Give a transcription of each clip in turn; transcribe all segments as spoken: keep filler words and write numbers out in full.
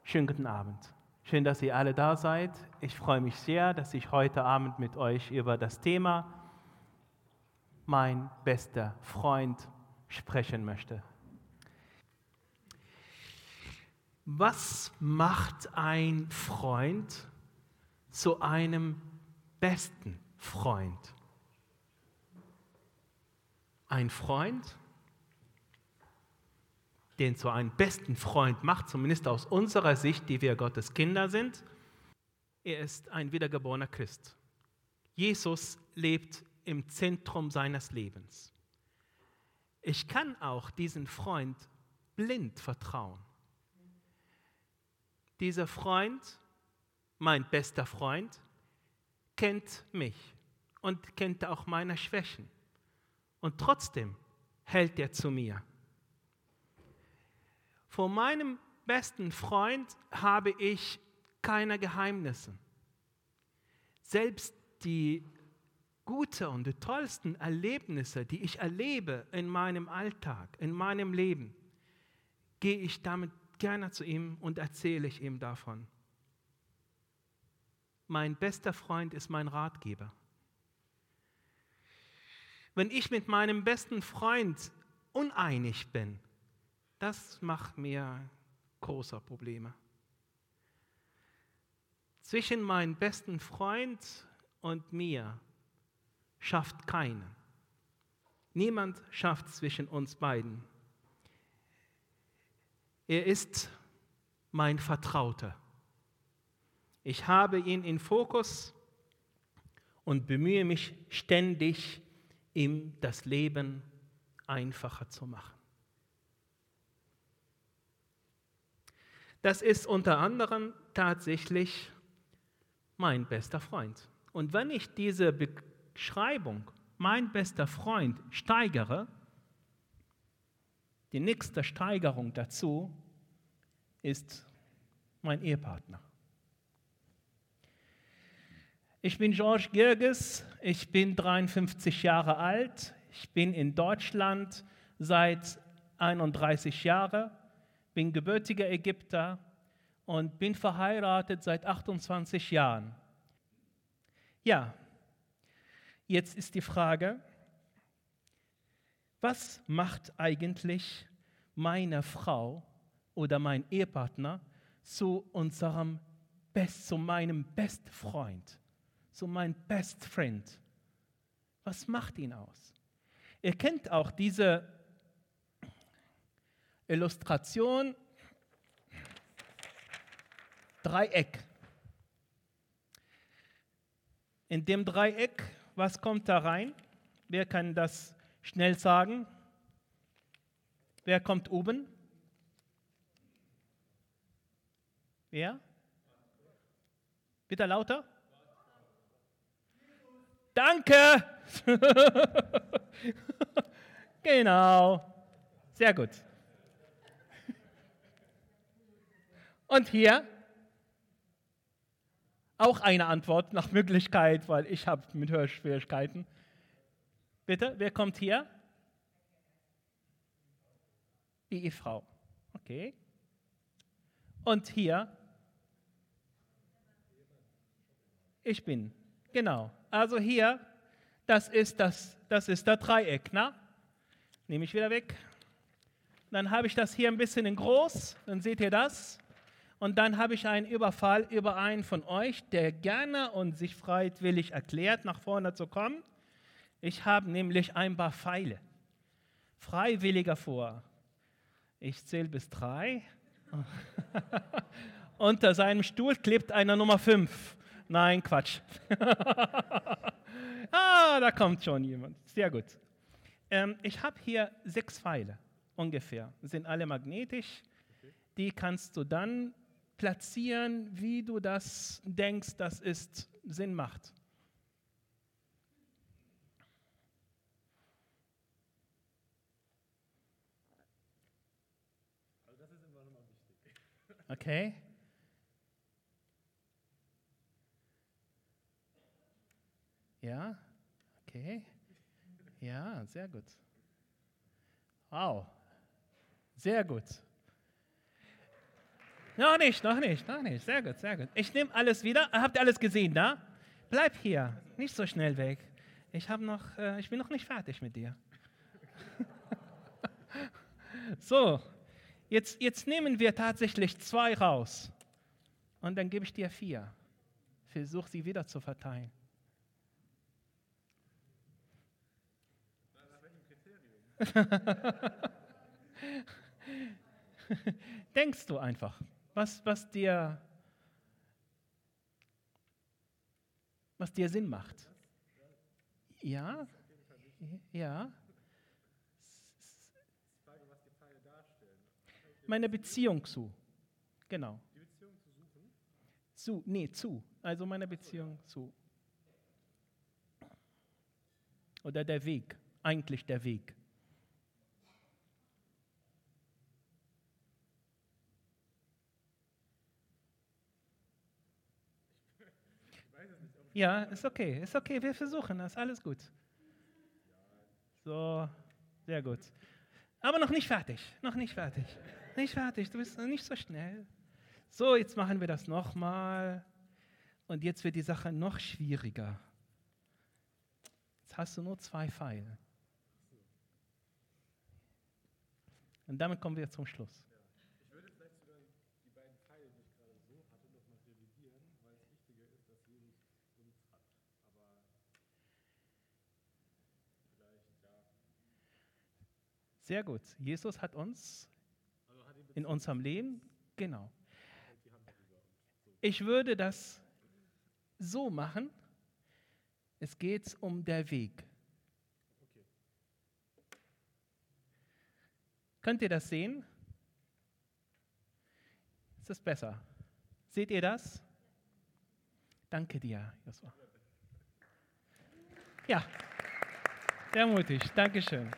Schönen guten Abend. Schön, dass ihr alle da seid. Ich freue mich sehr, dass ich heute Abend mit euch über das Thema mein bester Freund sprechen möchte. Was macht ein Freund zu einem besten Freund? Ein Freund, den zu einem besten Freund macht, zumindest aus unserer Sicht, die wir Gottes Kinder sind, er ist ein wiedergeborener Christ. Jesus lebt im Zentrum seines Lebens. Ich kann auch diesen Freund blind vertrauen. Dieser Freund, mein bester Freund, kennt mich und kennt auch meine Schwächen. Und trotzdem hält er zu mir. Vor meinem besten Freund habe ich keine Geheimnisse. Selbst die guten und die tollsten Erlebnisse, die ich erlebe in meinem Alltag, in meinem Leben, gehe ich damit gerne zu ihm und erzähle ich ihm davon. Mein bester Freund ist mein Ratgeber. Wenn ich mit meinem besten Freund uneinig bin, das macht mir große Probleme. Zwischen meinem besten Freund und mir schafft keinen. Niemand schafft zwischen uns beiden. Er ist mein Vertrauter. Ich habe ihn im Fokus und bemühe mich ständig, ihm das Leben einfacher zu machen. Das ist unter anderem tatsächlich mein bester Freund. Und wenn ich diese Beschreibung, mein bester Freund, steigere, die nächste Steigerung dazu ist mein Ehepartner. Ich bin George Girgis, ich bin dreiundfünfzig Jahre alt, ich bin in Deutschland seit einunddreißig Jahren, bin gebürtiger Ägypter und bin verheiratet seit achtundzwanzig Jahren. Ja, jetzt ist die Frage, was macht eigentlich meine Frau oder mein Ehepartner zu unserem Best, zu meinem Best Freund, zu meinem Best Friend? Was macht ihn aus? Ihr kennt auch diese Illustration, Dreieck. In dem Dreieck, was kommt da rein? Wer kann das schnell sagen? Wer kommt oben? Wer? Bitte lauter. Danke! Genau. Sehr gut. Und hier auch eine Antwort nach Möglichkeit, weil ich habe mit Hörschwierigkeiten. Bitte, wer kommt hier? Die Ehefrau. Okay. Und hier? Ich bin. Genau. Also hier, das ist das, das ist das Dreieck, ne? Nehme ich wieder weg. Dann habe ich das hier ein bisschen in groß, dann seht ihr das. Und dann habe ich einen Überfall über einen von euch, der gerne und sich freiwillig erklärt, nach vorne zu kommen. Ich habe nämlich ein paar Pfeile. Freiwilliger vor. Ich zähle bis drei. Unter seinem Stuhl klebt einer Nummer fünf. Nein, Quatsch. Ah, da kommt schon jemand. Sehr gut. Ähm, ich habe hier sechs Pfeile ungefähr. Sind alle magnetisch. Die kannst du dann platzieren, wie du das denkst, dass es Sinn macht. Also das ist immer nochmal wichtig. Okay. Ja, okay. Ja, sehr gut. Wow, sehr gut. Noch nicht, noch nicht, noch nicht. Sehr gut, sehr gut. Ich nehme alles wieder. Habt ihr alles gesehen, da? Bleib hier, nicht so schnell weg. Ich, hab noch, äh, ich bin noch nicht fertig mit dir. So, jetzt, jetzt nehmen wir tatsächlich zwei raus. Und dann gebe ich dir vier. Versuch sie wieder zu verteilen. Denkst du einfach, was, was, dir, was dir Sinn macht? Ja, ja. Meine Beziehung zu, genau. Die Beziehung zu suchen? Zu, nee, zu. Also meine Beziehung zu. Oder der Weg, eigentlich der Weg. Ja, ist okay, ist okay, wir versuchen das, alles gut. So, sehr gut. Aber noch nicht fertig, noch nicht fertig. Nicht fertig, du bist noch nicht so schnell. So, jetzt machen wir das nochmal. Und jetzt wird die Sache noch schwieriger. Jetzt hast du nur zwei Pfeile. Und damit kommen wir zum Schluss. Ich würde vielleicht sogar die beiden Pfeile, die ich gerade so hatte, nochmal revidieren, weil es wichtiger ist, dass Jesus uns hat. Aber vielleicht, ja. Sehr gut. Jesus hat uns also hat in unserem Leben, genau. Ich würde das so machen, es geht um den Weg. Okay. Könnt ihr das sehen? Ist das besser? Seht ihr das? Danke dir, Joshua. Ja, sehr mutig. Dankeschön.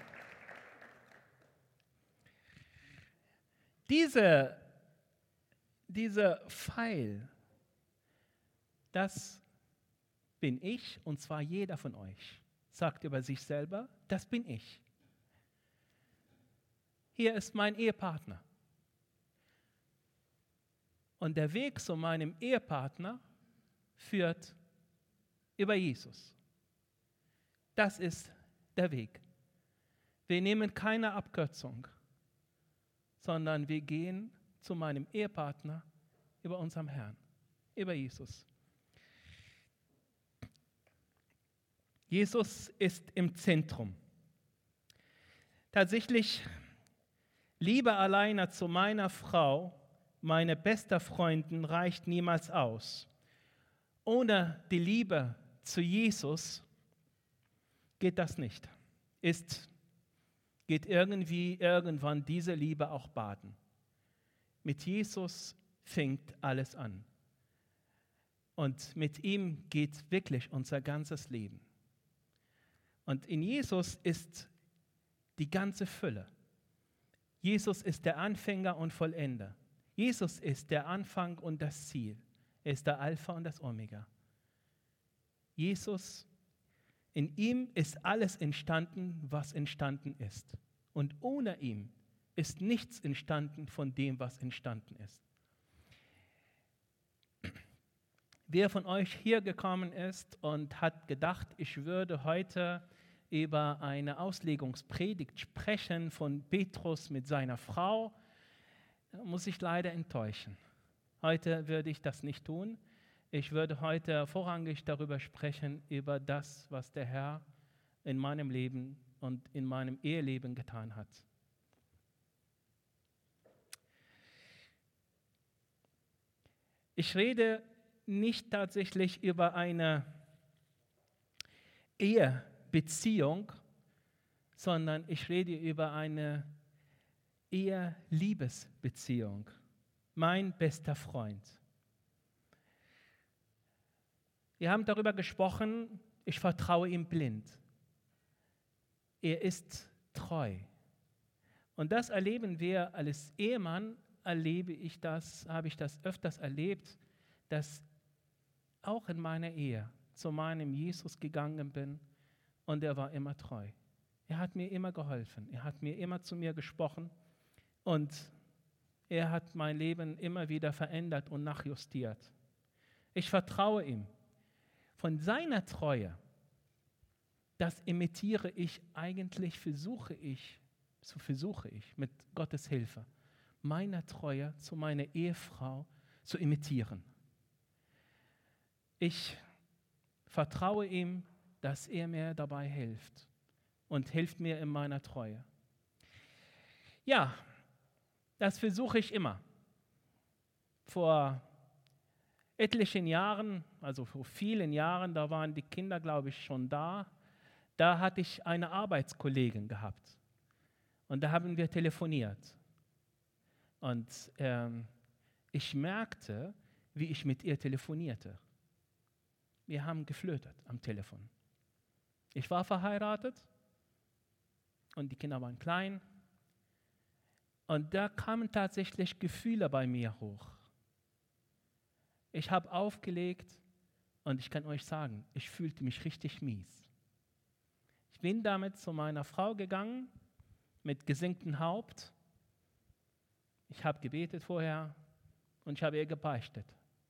Diese, dieser Pfeil, das bin ich, und zwar jeder von euch, sagt über sich selber, das bin ich. Hier ist mein Ehepartner. Und der Weg zu meinem Ehepartner führt über Jesus. Das ist der Weg. Wir nehmen keine Abkürzung, sondern wir gehen zu meinem Ehepartner über unserem Herrn, über Jesus. Jesus ist im Zentrum. Tatsächlich, Liebe alleine zu meiner Frau, meine beste Freundin, reicht niemals aus. Ohne die Liebe zu Jesus geht das nicht. Ist, geht irgendwie irgendwann diese Liebe auch baden. Mit Jesus fängt alles an. Und mit ihm geht wirklich unser ganzes Leben. Und in Jesus ist die ganze Fülle. Jesus ist der Anfänger und Vollender. Jesus ist der Anfang und das Ziel. Er ist der Alpha und das Omega. Jesus, in ihm ist alles entstanden, was entstanden ist. Und ohne ihn ist nichts entstanden von dem, was entstanden ist. Wer von euch hier gekommen ist und hat gedacht, ich würde heute über eine Auslegungspredigt sprechen von Petrus mit seiner Frau, muss ich leider enttäuschen. Heute würde ich das nicht tun. Ich würde heute vorrangig darüber sprechen, über das, was der Herr in meinem Leben und in meinem Eheleben getan hat. Ich rede nicht tatsächlich über eine Ehebeziehung, sondern ich rede über eine Eheliebesbeziehung. Mein bester Freund. Wir haben darüber gesprochen, ich vertraue ihm blind. Er ist treu. Und das erleben wir als Ehemann, erlebe ich das, habe ich das öfters erlebt, dass auch in meiner Ehe zu meinem Jesus gegangen bin und er war immer treu. Er hat mir immer geholfen, er hat mir immer zu mir gesprochen und Er hat mein Leben immer wieder verändert und nachjustiert. Ich vertraue ihm. Von seiner Treue, das imitiere ich eigentlich, versuche ich, so versuche ich mit Gottes Hilfe, meine Treue zu meiner Ehefrau zu imitieren. Ich vertraue ihm, dass er mir dabei hilft und hilft mir in meiner Treue. Ja, das versuche ich immer. Vor etlichen Jahren, also vor vielen Jahren, da waren die Kinder, glaube ich, schon da, da hatte ich eine Arbeitskollegin gehabt und da haben wir telefoniert. Und ähm, ich merkte, wie ich mit ihr telefonierte. Wir haben geflirtet am Telefon. Ich war verheiratet und die Kinder waren klein. Und da kamen tatsächlich Gefühle bei mir hoch. Ich habe aufgelegt und ich kann euch sagen, ich fühlte mich richtig mies. Ich bin damit zu meiner Frau gegangen, mit gesenktem Haupt. Ich habe gebetet vorher und ich habe ihr gebeichtet.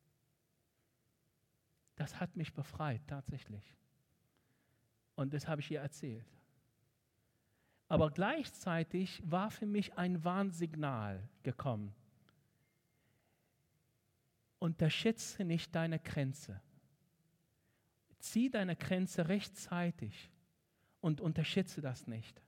Das hat mich befreit, tatsächlich. Und das habe ich ihr erzählt. Aber gleichzeitig war für mich ein Warnsignal gekommen. Unterschätze nicht deine Grenze. Zieh deine Grenze rechtzeitig und unterschätze das nicht.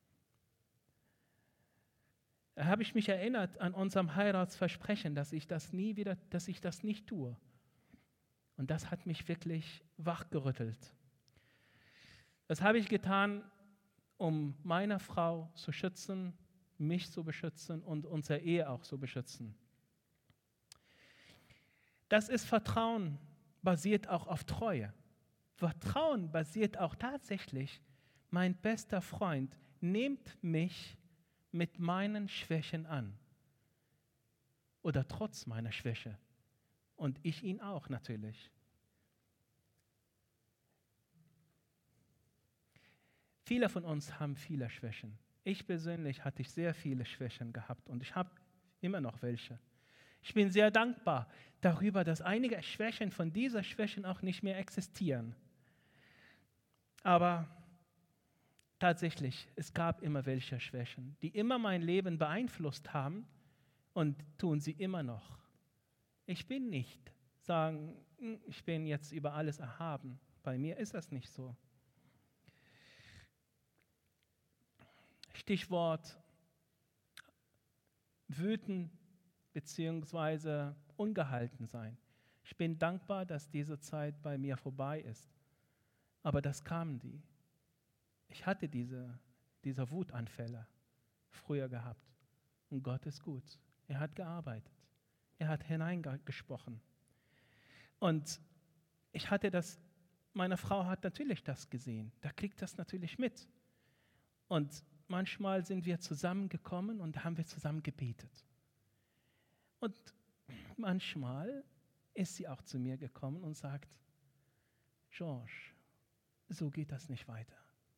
Da habe ich mich erinnert an unserem Heiratsversprechen, dass ich das nie wieder, dass ich das nicht tue. Und das hat mich wirklich wachgerüttelt. Das habe ich getan, um meine Frau zu schützen, mich zu beschützen und unsere Ehe auch zu beschützen. Das ist Vertrauen, basiert auch auf Treue. Vertrauen basiert auch tatsächlich, mein bester Freund nimmt mich mit meinen Schwächen an. Oder trotz meiner Schwäche. Und ich ihn auch natürlich. Viele von uns haben viele Schwächen. Ich persönlich hatte ich sehr viele Schwächen gehabt und ich habe immer noch welche. Ich bin sehr dankbar darüber, dass einige Schwächen von dieser Schwächen auch nicht mehr existieren. Aber tatsächlich, es gab immer welche Schwächen, die immer mein Leben beeinflusst haben und tun sie immer noch. Ich bin nicht sagen, ich bin jetzt über alles erhaben. Bei mir ist das nicht so. Stichwort wütend bzw. ungehalten sein. Ich bin dankbar, dass diese Zeit bei mir vorbei ist. Aber das kamen die. Ich hatte diese, diese Wutanfälle früher gehabt. Und Gott ist gut. Er hat gearbeitet. Er hat hineingesprochen. Und ich hatte das, meine Frau hat natürlich das gesehen. Da kriegt das natürlich mit. Und manchmal sind wir zusammengekommen und haben wir zusammen gebetet. Und manchmal ist sie auch zu mir gekommen und sagt, George, so geht das nicht weiter.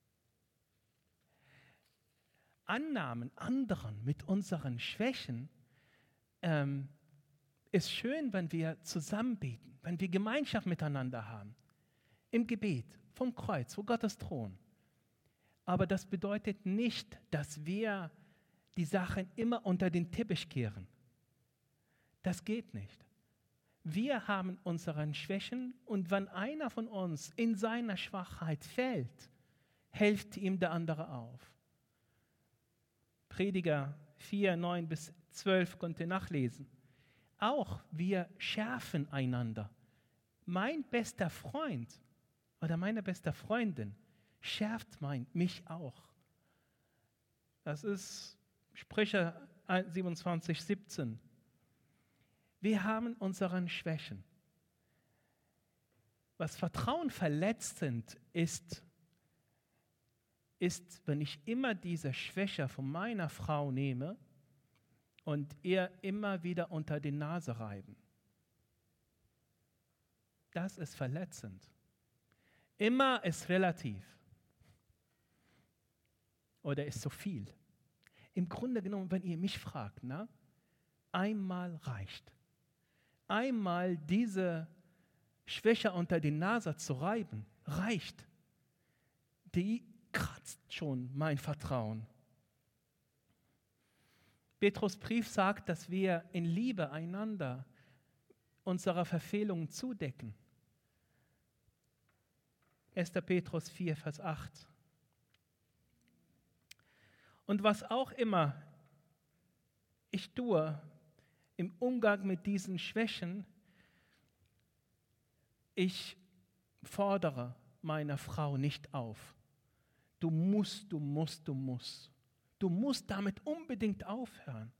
Annahmen anderen mit unseren Schwächen ähm, ist schön, wenn wir zusammen beten, wenn wir Gemeinschaft miteinander haben, im Gebet, vom Kreuz, vor Gottes Thron. Aber das bedeutet nicht, dass wir die Sachen immer unter den Teppich kehren. Das geht nicht. Wir haben unsere Schwächen und wenn einer von uns in seiner Schwachheit fällt, hilft ihm der andere auf. Prediger vier, neun bis zwölf könnt ihr nachlesen. Auch wir schärfen einander. Mein bester Freund oder meine beste Freundin schärft mein, mich auch. Das ist Sprüche siebenundzwanzig, siebzehn. Wir haben unsere Schwächen. Was Vertrauen verletzend ist, ist, wenn ich immer diese Schwäche von meiner Frau nehme und ihr immer wieder unter die Nase reiben. Das ist verletzend. Immer ist relativ. Oder ist zu viel. Im Grunde genommen, wenn ihr mich fragt, na, Einmal reicht. Einmal diese Schwäche unter die Nase zu reiben, reicht. Die kratzt schon mein Vertrauen. Petrus Brief sagt, dass wir in Liebe einander unsere Verfehlungen zudecken. erster Petrus vier, Vers acht. Und was auch immer ich tue im Umgang mit diesen Schwächen, ich fordere meine Frau nicht auf. Du musst, du musst, du musst. Du musst damit unbedingt aufhören.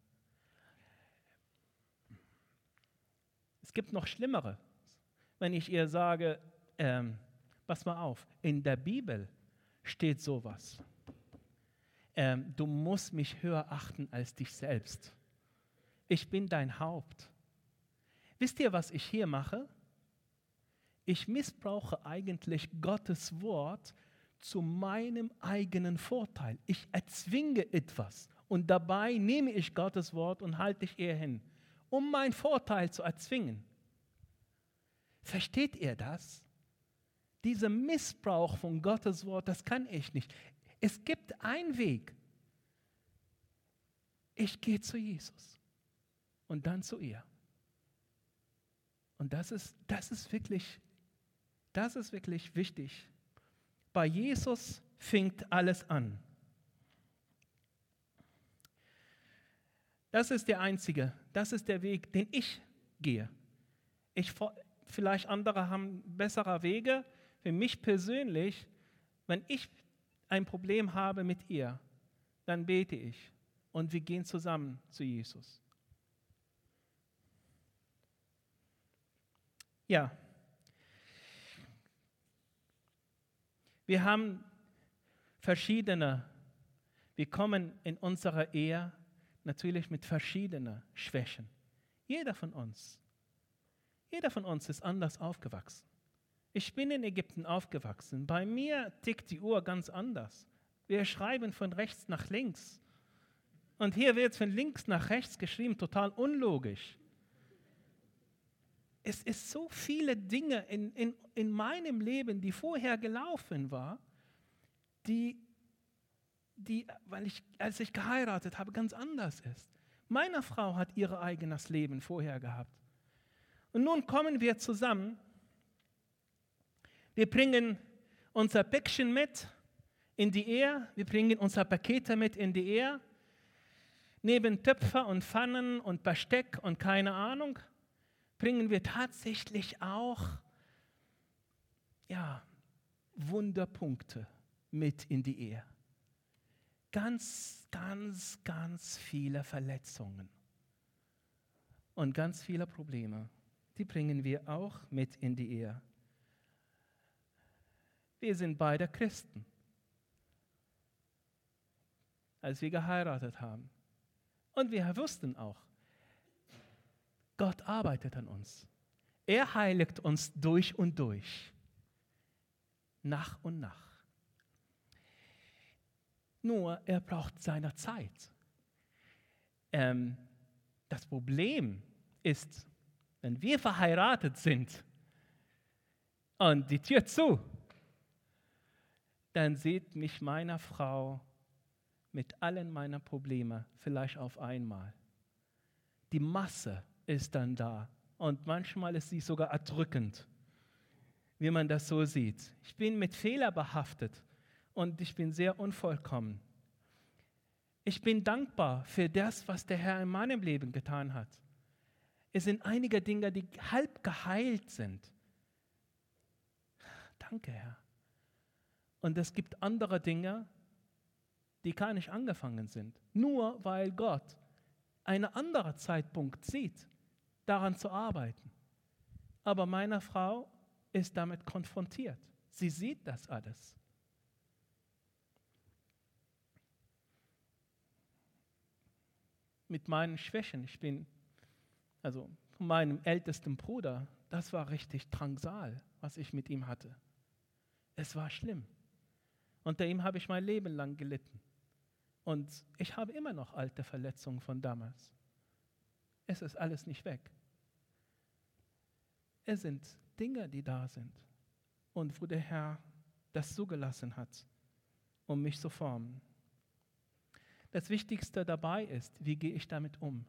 Es gibt noch Schlimmere, wenn ich ihr sage, ähm, pass mal auf, in der Bibel steht sowas. Ähm, du musst mich höher achten als dich selbst. Ich bin dein Haupt. Wisst ihr, was ich hier mache? Ich missbrauche eigentlich Gottes Wort zu meinem eigenen Vorteil. Ich erzwinge etwas und dabei nehme ich Gottes Wort und halte ich ihr hin, um meinen Vorteil zu erzwingen. Versteht ihr das? Dieser Missbrauch von Gottes Wort, das kann ich nicht. Es gibt einen Weg. Ich gehe zu Jesus und dann zu ihr. Und das ist, das ist wirklich, das ist wirklich wichtig. Bei Jesus fängt alles an. Das ist der einzige, das ist der Weg, den ich gehe. Ich, vielleicht andere haben bessere Wege. Für mich persönlich, wenn ich ein Problem habe mit ihr, dann bete ich und wir gehen zusammen zu Jesus. Ja. Wir haben verschiedene, wir kommen in unserer Ehe natürlich mit verschiedenen Schwächen. Jeder von uns, jeder von uns ist anders aufgewachsen. Ich bin in Ägypten aufgewachsen. Bei mir tickt die Uhr ganz anders. Wir schreiben von rechts nach links. Und hier wird von links nach rechts geschrieben, total unlogisch. Es ist so viele Dinge in, in, in meinem Leben, die vorher gelaufen waren, die, die, weil ich, als ich geheiratet habe, ganz anders ist. Meine Frau hat ihr eigenes Leben vorher gehabt. Und nun kommen wir zusammen. Wir bringen unser Päckchen mit in die Ehe. Wir bringen unsere Pakete mit in die Ehe. Neben Töpfer und Pfannen und Besteck und keine Ahnung, bringen wir tatsächlich auch ja, Wunderpunkte mit in die Ehe. Ganz, ganz, ganz viele Verletzungen und ganz viele Probleme, die bringen wir auch mit in die Ehe. Wir sind beide Christen, als wir geheiratet haben. Und wir wussten auch, Gott arbeitet an uns. Er heiligt uns durch und durch, nach und nach. Nur, er braucht seine Zeit. Ähm, das Problem ist, wenn wir verheiratet sind und die Tür zu, dann sieht mich meine Frau mit allen meinen Problemen vielleicht auf einmal. Die Masse ist dann da und manchmal ist sie sogar erdrückend, wie man das so sieht. Ich bin mit Fehlern behaftet und ich bin sehr unvollkommen. Ich bin dankbar für das, was der Herr in meinem Leben getan hat. Es sind einige Dinge, die halb geheilt sind. Danke, Herr. Und es gibt andere Dinge, die gar nicht angefangen sind. Nur weil Gott einen anderen Zeitpunkt sieht, daran zu arbeiten. Aber meine Frau ist damit konfrontiert. Sie sieht das alles. Mit meinen Schwächen, ich bin, also von meinem ältesten Bruder, das war richtig Drangsal, was ich mit ihm hatte. Es war schlimm. Unter ihm habe ich mein Leben lang gelitten. Und ich habe immer noch alte Verletzungen von damals. Es ist alles nicht weg. Es sind Dinge, die da sind und wo der Herr das zugelassen hat, um mich zu formen. Das Wichtigste dabei ist, wie gehe ich damit um?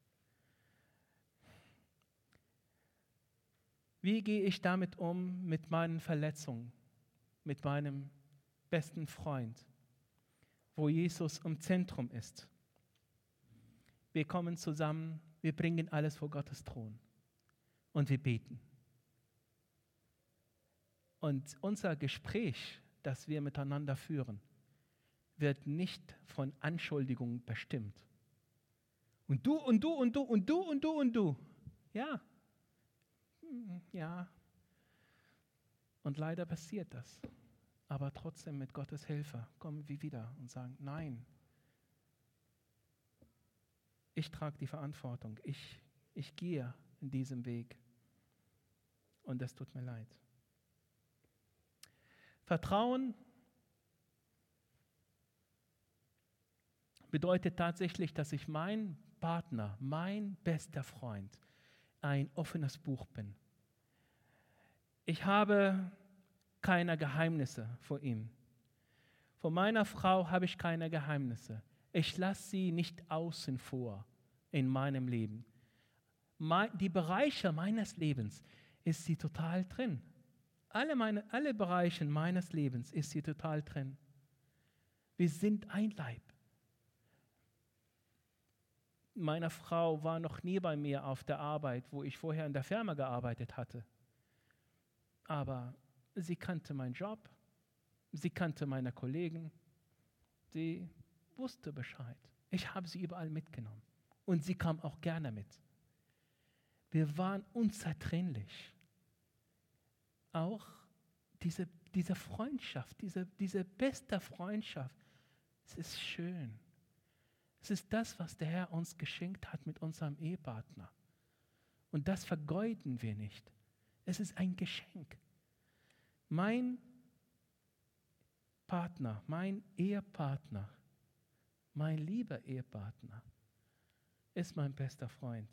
Wie gehe ich damit um mit meinen Verletzungen, mit meinem besten Freund, wo Jesus im Zentrum ist? Wir kommen zusammen, wir bringen alles vor Gottes Thron und wir beten. Und unser Gespräch, das wir miteinander führen, wird nicht von Anschuldigungen bestimmt. Und du und du und du und du und du und du. Ja. Ja. Und leider passiert das. Aber trotzdem mit Gottes Hilfe kommen wir wieder und sagen, nein, ich trage die Verantwortung. Ich, ich gehe in diesem Weg. Und das tut mir leid. Vertrauen bedeutet tatsächlich, dass ich mein Partner, mein bester Freund, ein offenes Buch bin. Ich habe keine Geheimnisse vor ihm. Vor meiner Frau habe ich keine Geheimnisse. Ich lasse sie nicht außen vor in meinem Leben. Die Bereiche meines Lebens ist sie total drin. Alle, meine, alle Bereiche meines Lebens ist sie total drin. Wir sind ein Leib. Meine Frau war noch nie bei mir auf der Arbeit, wo ich vorher in der Firma gearbeitet hatte. Aber sie kannte meinen Job, sie kannte meine Kollegen, sie wusste Bescheid. Ich habe sie überall mitgenommen und sie kam auch gerne mit. Wir waren unzertrennlich. Auch diese, diese Freundschaft, diese, diese beste Freundschaft, es ist schön. Es ist das, was der Herr uns geschenkt hat mit unserem Ehepartner. Und das vergeuden wir nicht. Es ist ein Geschenk. Mein Partner, mein Ehepartner, mein lieber Ehepartner ist mein bester Freund.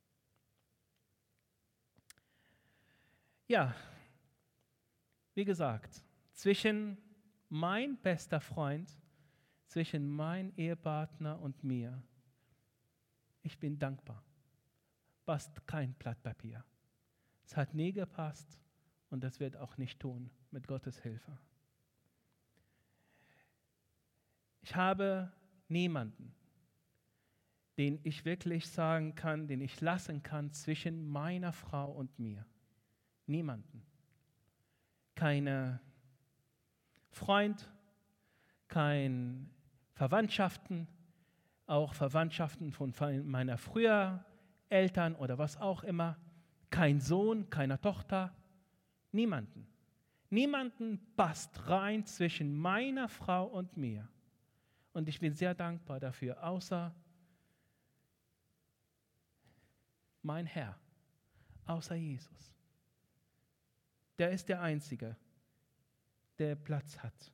Ja, wie gesagt, zwischen mein bester Freund, zwischen mein Ehepartner und mir, ich bin dankbar. Passt kein Blatt Papier. Es hat nie gepasst und das wird auch nicht tun mit Gottes Hilfe. Ich habe niemanden, den ich wirklich sagen kann, den ich lassen kann zwischen meiner Frau und mir. Niemanden. Keine Freund, kein Verwandtschaften, auch Verwandtschaften von meiner früheren Eltern oder was auch immer, kein Sohn, keine Tochter, niemanden. Niemanden passt rein zwischen meiner Frau und mir. Und ich bin sehr dankbar dafür, außer mein Herr, außer Jesus. Der ist der Einzige, der Platz hat.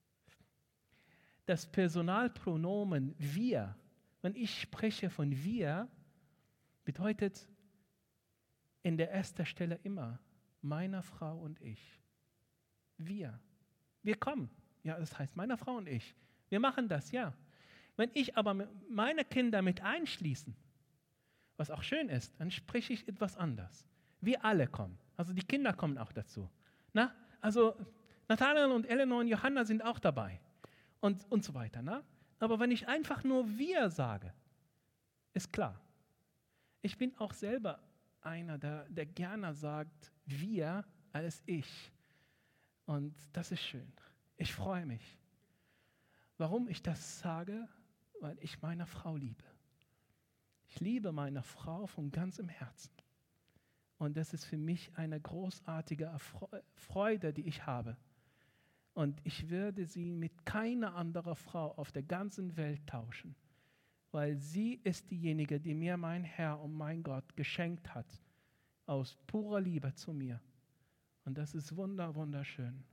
Das Personalpronomen wir, wenn ich spreche von wir, bedeutet in der ersten Stelle immer meine Frau und ich. Wir. Wir kommen. Ja, das heißt meine Frau und ich. Wir machen das, ja. Wenn ich aber meine Kinder mit einschließen, was auch schön ist, dann spreche ich etwas anders. Wir alle kommen. Also die Kinder kommen auch dazu. Na? Also Nathanael und Eleanor und Johanna sind auch dabei. Und, und so weiter. Na? Aber wenn ich einfach nur wir sage, ist klar. Ich bin auch selber einer, der, der gerne sagt, wir als ich. Und das ist schön. Ich freue mich. Warum ich das sage? Weil ich meine Frau liebe. Ich liebe meine Frau von ganzem Herzen. Und das ist für mich eine großartige Freude, die ich habe. Und ich würde sie mit keiner anderen Frau auf der ganzen Welt tauschen, weil sie ist diejenige, die mir mein Herr und mein Gott geschenkt hat, aus purer Liebe zu mir. Und das ist wunder, wunderschön.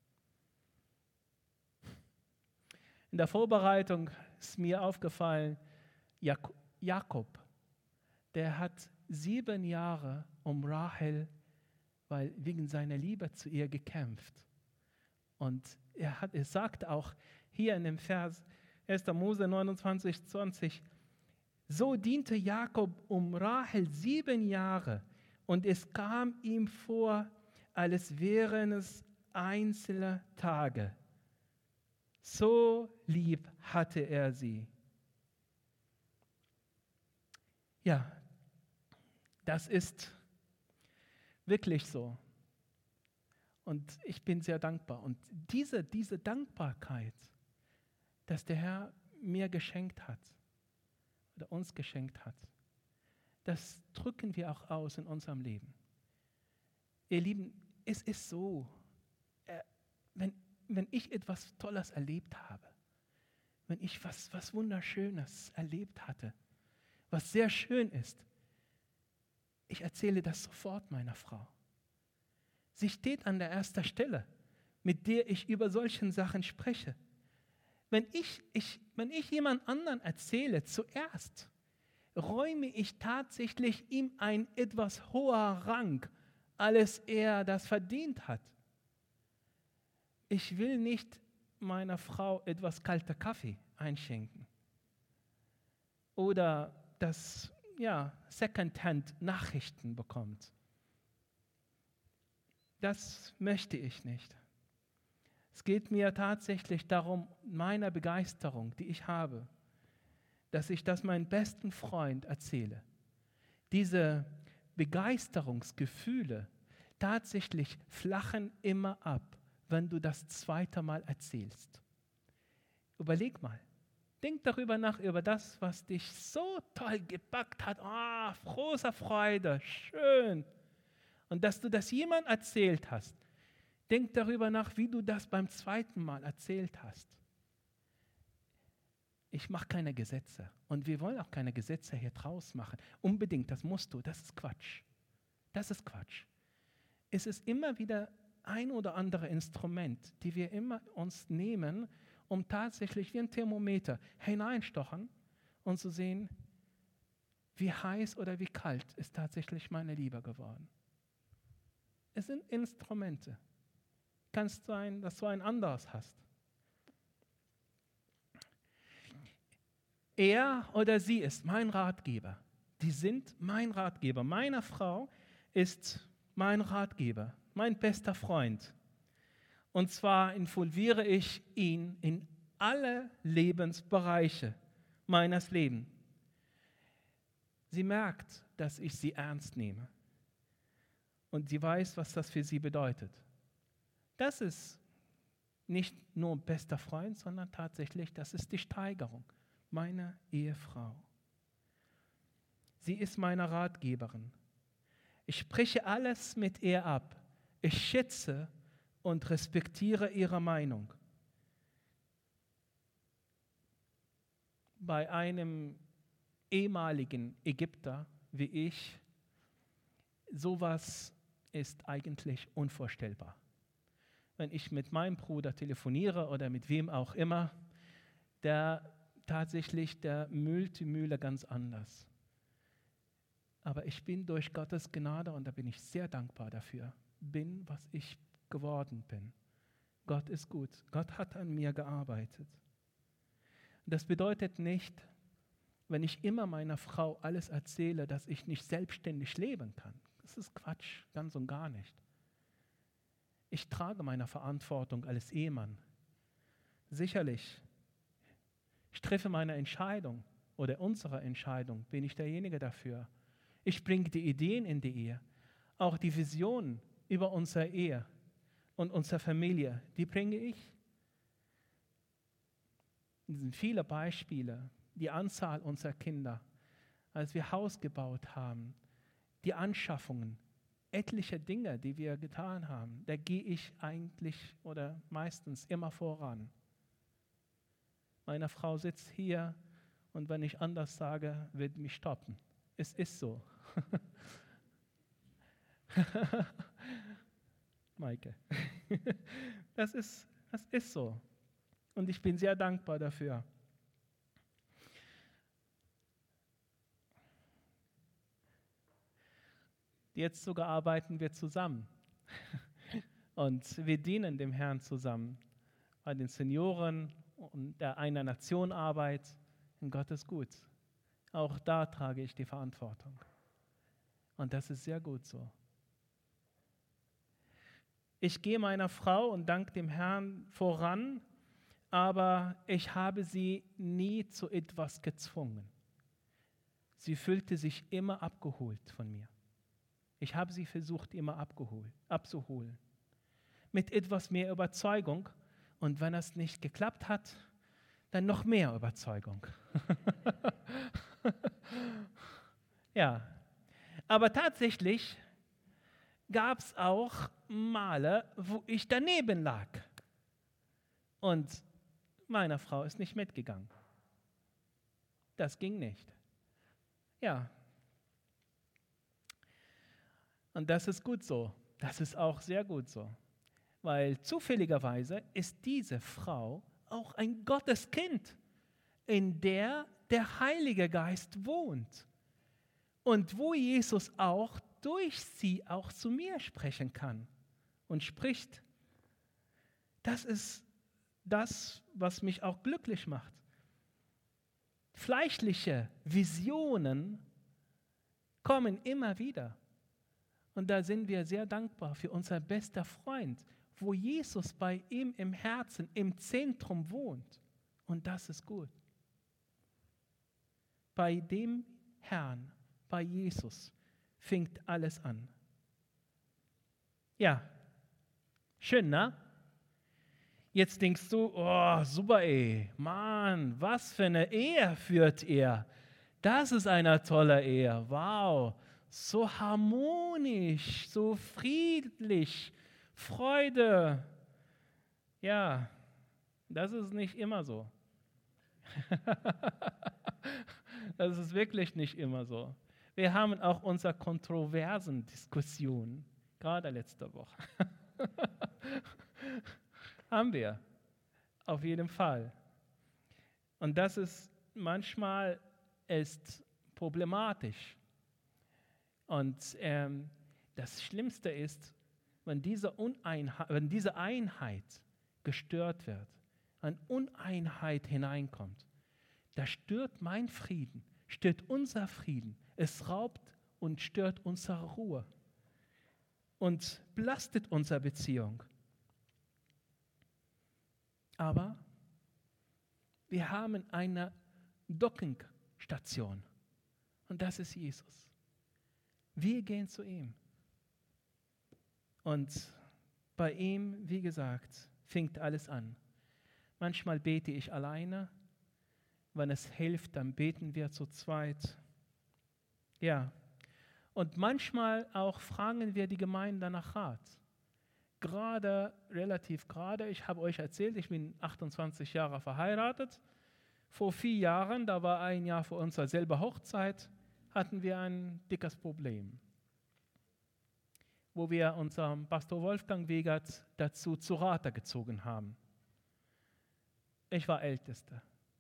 In der Vorbereitung ist mir aufgefallen, Jak- Jakob, der hat sieben Jahre um Rahel, weil wegen seiner Liebe zu ihr gekämpft. Und er, hat, er sagt auch hier in dem Vers erster Mose neunundzwanzig, zwanzig, so diente Jakob um Rahel sieben Jahre und es kam ihm vor, als wären es einzelne Tage. So lieb hatte er sie. Ja, das ist wirklich so. Und ich bin sehr dankbar. Und diese, diese Dankbarkeit, dass der Herr mir geschenkt hat oder uns geschenkt hat, das drücken wir auch aus in unserem Leben. Ihr Lieben, es ist so, äh, wenn, wenn ich etwas Tolles erlebt habe, wenn ich was, was Wunderschönes erlebt hatte, was sehr schön ist, ich erzähle das sofort meiner Frau. Sie steht an der ersten Stelle, mit der ich über solche Sachen spreche. Wenn ich, ich, wenn ich jemand anderen erzähle, zuerst räume ich tatsächlich ihm ein etwas hoher Rang, als er das verdient hat. Ich will nicht meiner Frau etwas kalter Kaffee einschenken oder dass ja, Secondhand-Nachrichten bekommt. Das möchte ich nicht. Es geht mir tatsächlich darum, meiner Begeisterung, die ich habe, dass ich das meinem besten Freund erzähle. Diese Begeisterungsgefühle tatsächlich flachen immer ab, wenn du das zweite Mal erzählst. Überleg mal. Denk darüber nach, über das, was dich so toll gepackt hat. Ah, oh, großer Freude, schön. Und dass du das jemand erzählt hast. Denk darüber nach, wie du das beim zweiten Mal erzählt hast. Ich mache keine Gesetze. Und wir wollen auch keine Gesetze hier draus machen. Unbedingt, das musst du. Das ist Quatsch. Das ist Quatsch. Es ist immer wieder ein oder andere Instrument, die wir immer uns nehmen, um tatsächlich wie ein Thermometer hineinstochen und zu sehen, wie heiß oder wie kalt ist tatsächlich meine Liebe geworden. Es sind Instrumente. Kann es sein, dass du ein anderes hast. Er oder sie ist mein Ratgeber. Die sind mein Ratgeber. Meine Frau ist mein Ratgeber, mein bester Freund. Und zwar involviere ich ihn in alle Lebensbereiche meines Lebens. Sie merkt, dass ich sie ernst nehme. Und sie weiß, was das für sie bedeutet. Das ist nicht nur bester Freund, sondern tatsächlich, das ist die Steigerung meiner Ehefrau. Sie ist meine Ratgeberin. Ich spreche alles mit ihr ab. Ich schätze und respektiere ihre Meinung. Bei einem ehemaligen Ägypter wie ich, sowas ist eigentlich unvorstellbar. Wenn ich mit meinem Bruder telefoniere oder mit wem auch immer, der tatsächlich, der müllt die Mühle ganz anders. Aber ich bin durch Gottes Gnade, und da bin ich sehr dankbar dafür, bin, was ich geworden bin. Gott ist gut. Gott hat an mir gearbeitet. Das bedeutet nicht, wenn ich immer meiner Frau alles erzähle, dass ich nicht selbstständig leben kann. Das ist Quatsch, ganz und gar nicht. Ich trage meine Verantwortung als Ehemann. Sicherlich, ich treffe meine Entscheidung oder unsere Entscheidung, bin ich derjenige dafür. Ich bringe die Ideen in die Ehe, auch die Visionen über unsere Ehe und unsere Familie, die bringe ich. Es sind viele Beispiele, die Anzahl unserer Kinder, als wir Haus gebaut haben, die Anschaffungen, etliche Dinge, die wir getan haben, da gehe ich eigentlich oder meistens immer voran. Meine Frau sitzt hier und wenn ich anders sage, wird mich stoppen. Es ist so. Maike. Das ist, das ist so. Und ich bin sehr dankbar dafür. Jetzt sogar arbeiten wir zusammen. Und wir dienen dem Herrn zusammen. Bei den Senioren und der Einer Nation Arbeit. Und Gott ist gut. Auch da trage ich die Verantwortung. Und das ist sehr gut so. Ich gehe meiner Frau und dank dem Herrn voran, aber ich habe sie nie zu etwas gezwungen. Sie fühlte sich immer abgeholt von mir. Ich habe sie versucht, immer abgeholt, abzuholen. Mit etwas mehr Überzeugung. Und wenn es nicht geklappt hat, dann noch mehr Überzeugung. Ja, aber tatsächlich gab es auch Male, wo ich daneben lag. Und meine Frau ist nicht mitgegangen. Das ging nicht. Ja. Und das ist gut so. Das ist auch sehr gut so. Weil zufälligerweise ist diese Frau auch ein Gotteskind, in der der Heilige Geist wohnt. Und wo Jesus auch durch sie auch zu mir sprechen kann und spricht. Das ist das, was mich auch glücklich macht. Fleischliche Visionen kommen immer wieder. Und da sind wir sehr dankbar für unser bester Freund, wo Jesus bei ihm im Herzen, im Zentrum wohnt. Und das ist gut. Bei dem Herrn, bei Jesus, fängt alles an. Ja, schön, ne? Jetzt denkst du, oh, super, ey, Mann, was für eine Ehe führt er. Das ist eine tolle Ehe, wow, so harmonisch, so friedlich, Freude. Ja, das ist nicht immer so. Das ist wirklich nicht immer so. Wir haben auch unsere kontroversen Diskussionen, gerade letzte Woche. Haben wir, auf jeden Fall. Und das ist manchmal ist problematisch. Und ähm, das Schlimmste ist, wenn diese, Uneinheit, wenn diese Einheit gestört wird, wenn Uneinheit hineinkommt, das stört mein Frieden, stört unser Frieden. Es raubt und stört unsere Ruhe und belastet unsere Beziehung. Aber wir haben eine Dockingstation und das ist Jesus. Wir gehen zu ihm. Und bei ihm, wie gesagt, fängt alles an. Manchmal bete ich alleine. Wenn es hilft, dann beten wir zu zweit. Ja. Und manchmal auch fragen wir die Gemeinde nach Rat. Gerade, relativ gerade, ich habe euch erzählt, ich bin achtundzwanzig Jahre verheiratet. Vor vier Jahren, da war ein Jahr vor unserer selben Hochzeit, hatten wir ein dickes Problem, wo wir unseren Pastor Wolfgang Wegert dazu zu Rate gezogen haben. Ich war Ältester.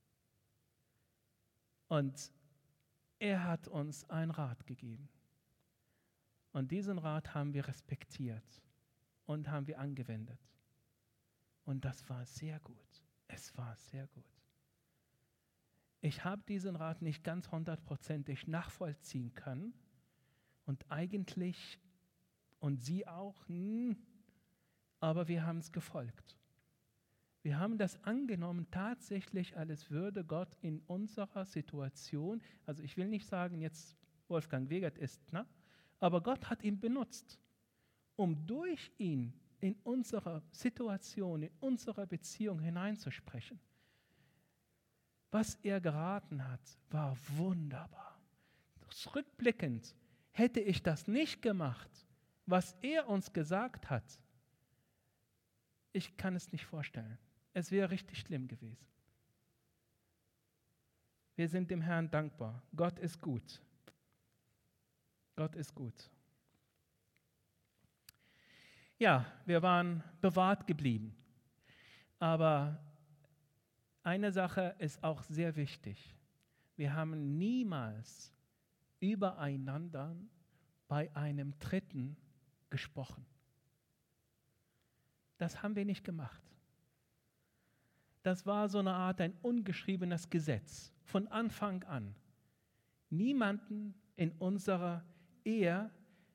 Und er hat uns einen Rat gegeben. Und diesen Rat haben wir respektiert und haben wir angewendet. Und das war sehr gut. Es war sehr gut. Ich habe diesen Rat nicht ganz hundertprozentig nachvollziehen können und eigentlich, und Sie auch, hm, aber wir haben es gefolgt. Wir haben das angenommen, tatsächlich, als würde Gott in unserer Situation, also ich will nicht sagen, jetzt Wolfgang Wegert ist, ne? Aber Gott hat ihn benutzt, um durch ihn in unsere Situation, in unsere Beziehung hineinzusprechen. Was er geraten hat, war wunderbar. Rückblickend hätte ich das nicht gemacht, was er uns gesagt hat. Ich kann es nicht vorstellen. Es wäre richtig schlimm gewesen. Wir sind dem Herrn dankbar. Gott ist gut. Gott ist gut. Ja, wir waren bewahrt geblieben. Aber eine Sache ist auch sehr wichtig. Wir haben niemals übereinander bei einem Dritten gesprochen. Das haben wir nicht gemacht. Das war so eine Art ein ungeschriebenes Gesetz von Anfang an. Niemanden in unserer Ehe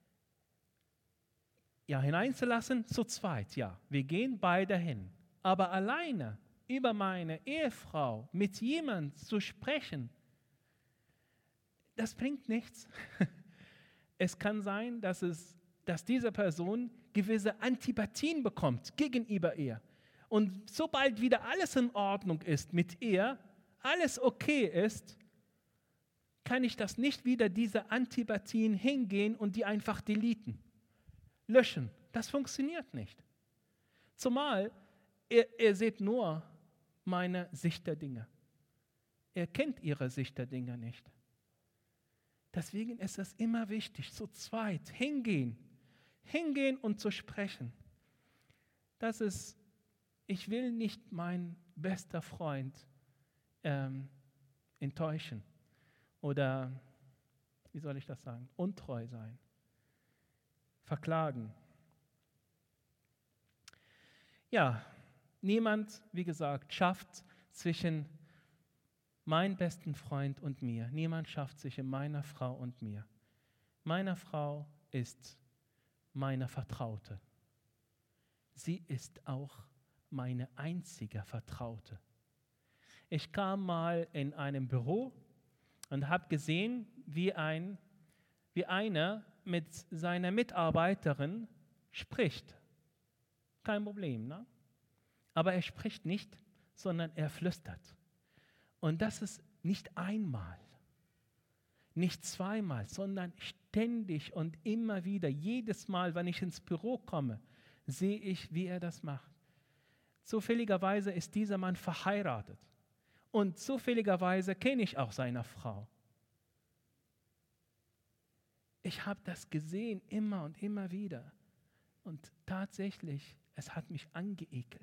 ja, hineinzulassen, zu zweit, ja. Wir gehen beide hin. Aber alleine über meine Ehefrau mit jemandem zu sprechen, das bringt nichts. Es kann sein, dass, es, dass diese Person gewisse Antipathien bekommt gegenüber ihr. Und sobald wieder alles in Ordnung ist mit ihr, alles okay ist, kann ich das nicht wieder, diese Antipathien hingehen und die einfach deleten, löschen. Das funktioniert nicht. Zumal, ihr, ihr seht nur meine Sicht der Dinge. Er kennt ihre Sicht der Dinge nicht. Deswegen ist es immer wichtig, zu zweit hingehen, hingehen und zu sprechen. Das ist, ich will nicht meinen besten Freund ähm, enttäuschen oder, wie soll ich das sagen, untreu sein, verklagen. Ja, niemand, wie gesagt, schafft zwischen meinem besten Freund und mir, niemand schafft zwischen meiner Frau und mir. Meine Frau ist meine Vertraute. Sie ist auch meine einzige Vertraute. Ich kam mal in einem Büro und habe gesehen, wie, ein, wie einer mit seiner Mitarbeiterin spricht. Kein Problem, ne? Aber er spricht nicht, sondern er flüstert. Und das ist nicht einmal, nicht zweimal, sondern ständig und immer wieder, jedes Mal, wenn ich ins Büro komme, sehe ich, wie er das macht. Zufälligerweise ist dieser Mann verheiratet und zufälligerweise kenne ich auch seine Frau. Ich habe das gesehen, immer und immer wieder. Und tatsächlich, es hat mich angeekelt.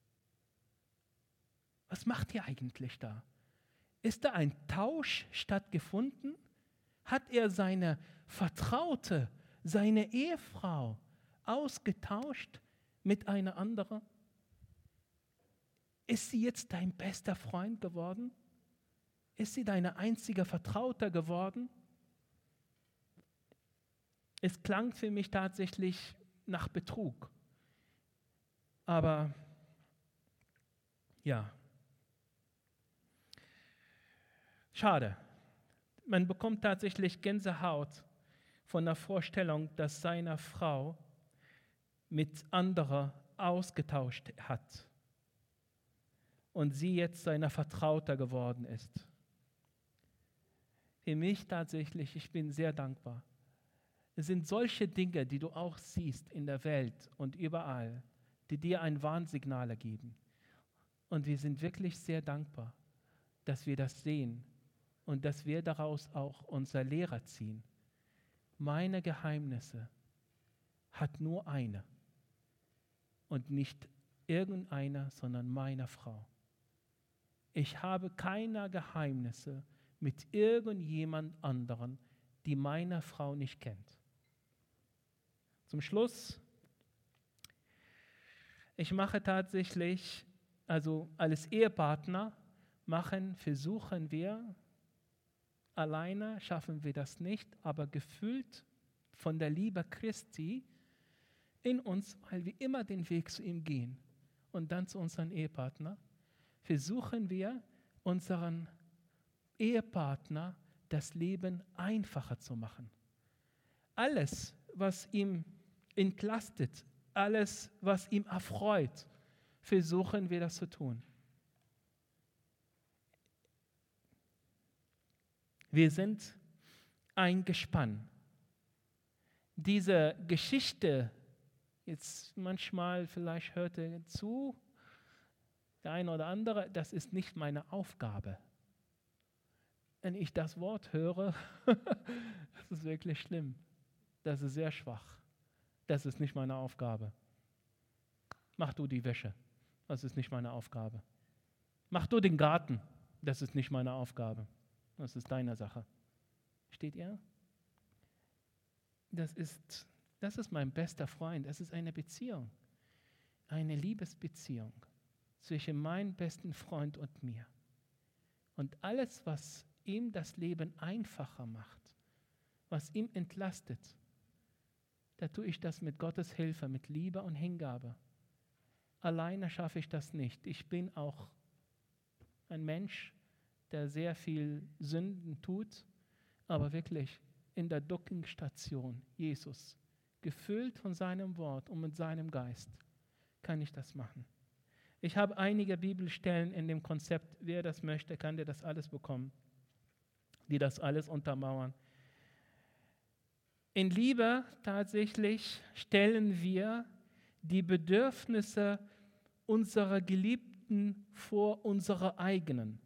Was macht ihr eigentlich da? Ist da ein Tausch stattgefunden? Hat er seine Vertraute, seine Ehefrau ausgetauscht mit einer anderen? Ist sie jetzt dein bester Freund geworden? Ist sie deine einzige Vertraute geworden? Es klang für mich tatsächlich nach Betrug. Aber ja, schade. Man bekommt tatsächlich Gänsehaut von der Vorstellung, dass seine Frau mit anderer ausgetauscht hat und sie jetzt seine Vertraute geworden ist. Für mich tatsächlich, ich bin sehr dankbar. Es sind solche Dinge, die du auch siehst in der Welt und überall, die dir ein Warnsignal geben. Und wir sind wirklich sehr dankbar, dass wir das sehen und dass wir daraus auch unsere Lehre ziehen. Meine Geheimnisse hat nur eine und nicht irgendeiner, sondern meine Frau. Ich habe keine Geheimnisse mit irgendjemand anderen, die meine Frau nicht kennt. Zum Schluss, ich mache tatsächlich, also als Ehepartner machen, versuchen wir, alleine schaffen wir das nicht, aber gefühlt von der Liebe Christi in uns, weil wir immer den Weg zu ihm gehen und dann zu unserem Ehepartner, versuchen wir, unseren Ehepartner das Leben einfacher zu machen. Alles, was ihm entlastet, alles, was ihm erfreut, versuchen wir das zu tun. Wir sind ein Gespann. Diese Geschichte, jetzt manchmal vielleicht hört er zu, der eine oder andere, das ist nicht meine Aufgabe. Wenn ich das Wort höre, das ist wirklich schlimm. Das ist sehr schwach. Das ist nicht meine Aufgabe. Mach du die Wäsche. Das ist nicht meine Aufgabe. Mach du den Garten. Das ist nicht meine Aufgabe. Das ist deine Sache. Steht ihr? das ist, das ist mein bester Freund. Es ist eine Beziehung, eine Liebesbeziehung zwischen meinem besten Freund und mir. Und alles, was ihm das Leben einfacher macht, was ihm entlastet, da tue ich das mit Gottes Hilfe, mit Liebe und Hingabe. Alleine schaffe ich das nicht. Ich bin auch ein Mensch, der sehr viel Sünden tut, aber wirklich in der Dockingstation Jesus, gefüllt von seinem Wort und mit seinem Geist, kann ich das machen. Ich habe einige Bibelstellen in dem Konzept, wer das möchte, kann dir das alles bekommen, die das alles untermauern. In Liebe tatsächlich stellen wir die Bedürfnisse unserer Geliebten vor unsere eigenen.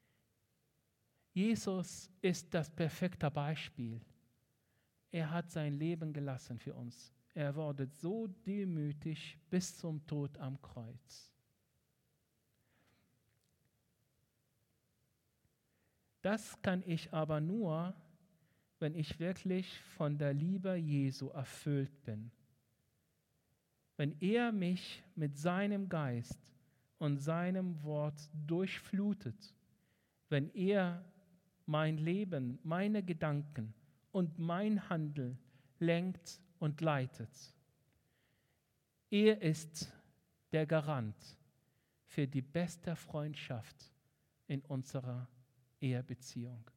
Jesus ist das perfekte Beispiel. Er hat sein Leben gelassen für uns. Er wurde so demütig bis zum Tod am Kreuz. Das kann ich aber nur, wenn ich wirklich von der Liebe Jesu erfüllt bin. Wenn er mich mit seinem Geist und seinem Wort durchflutet, wenn er mein Leben, meine Gedanken und mein Handeln lenkt und leitet. Er ist der Garant für die beste Freundschaft in unserer Ehebeziehung.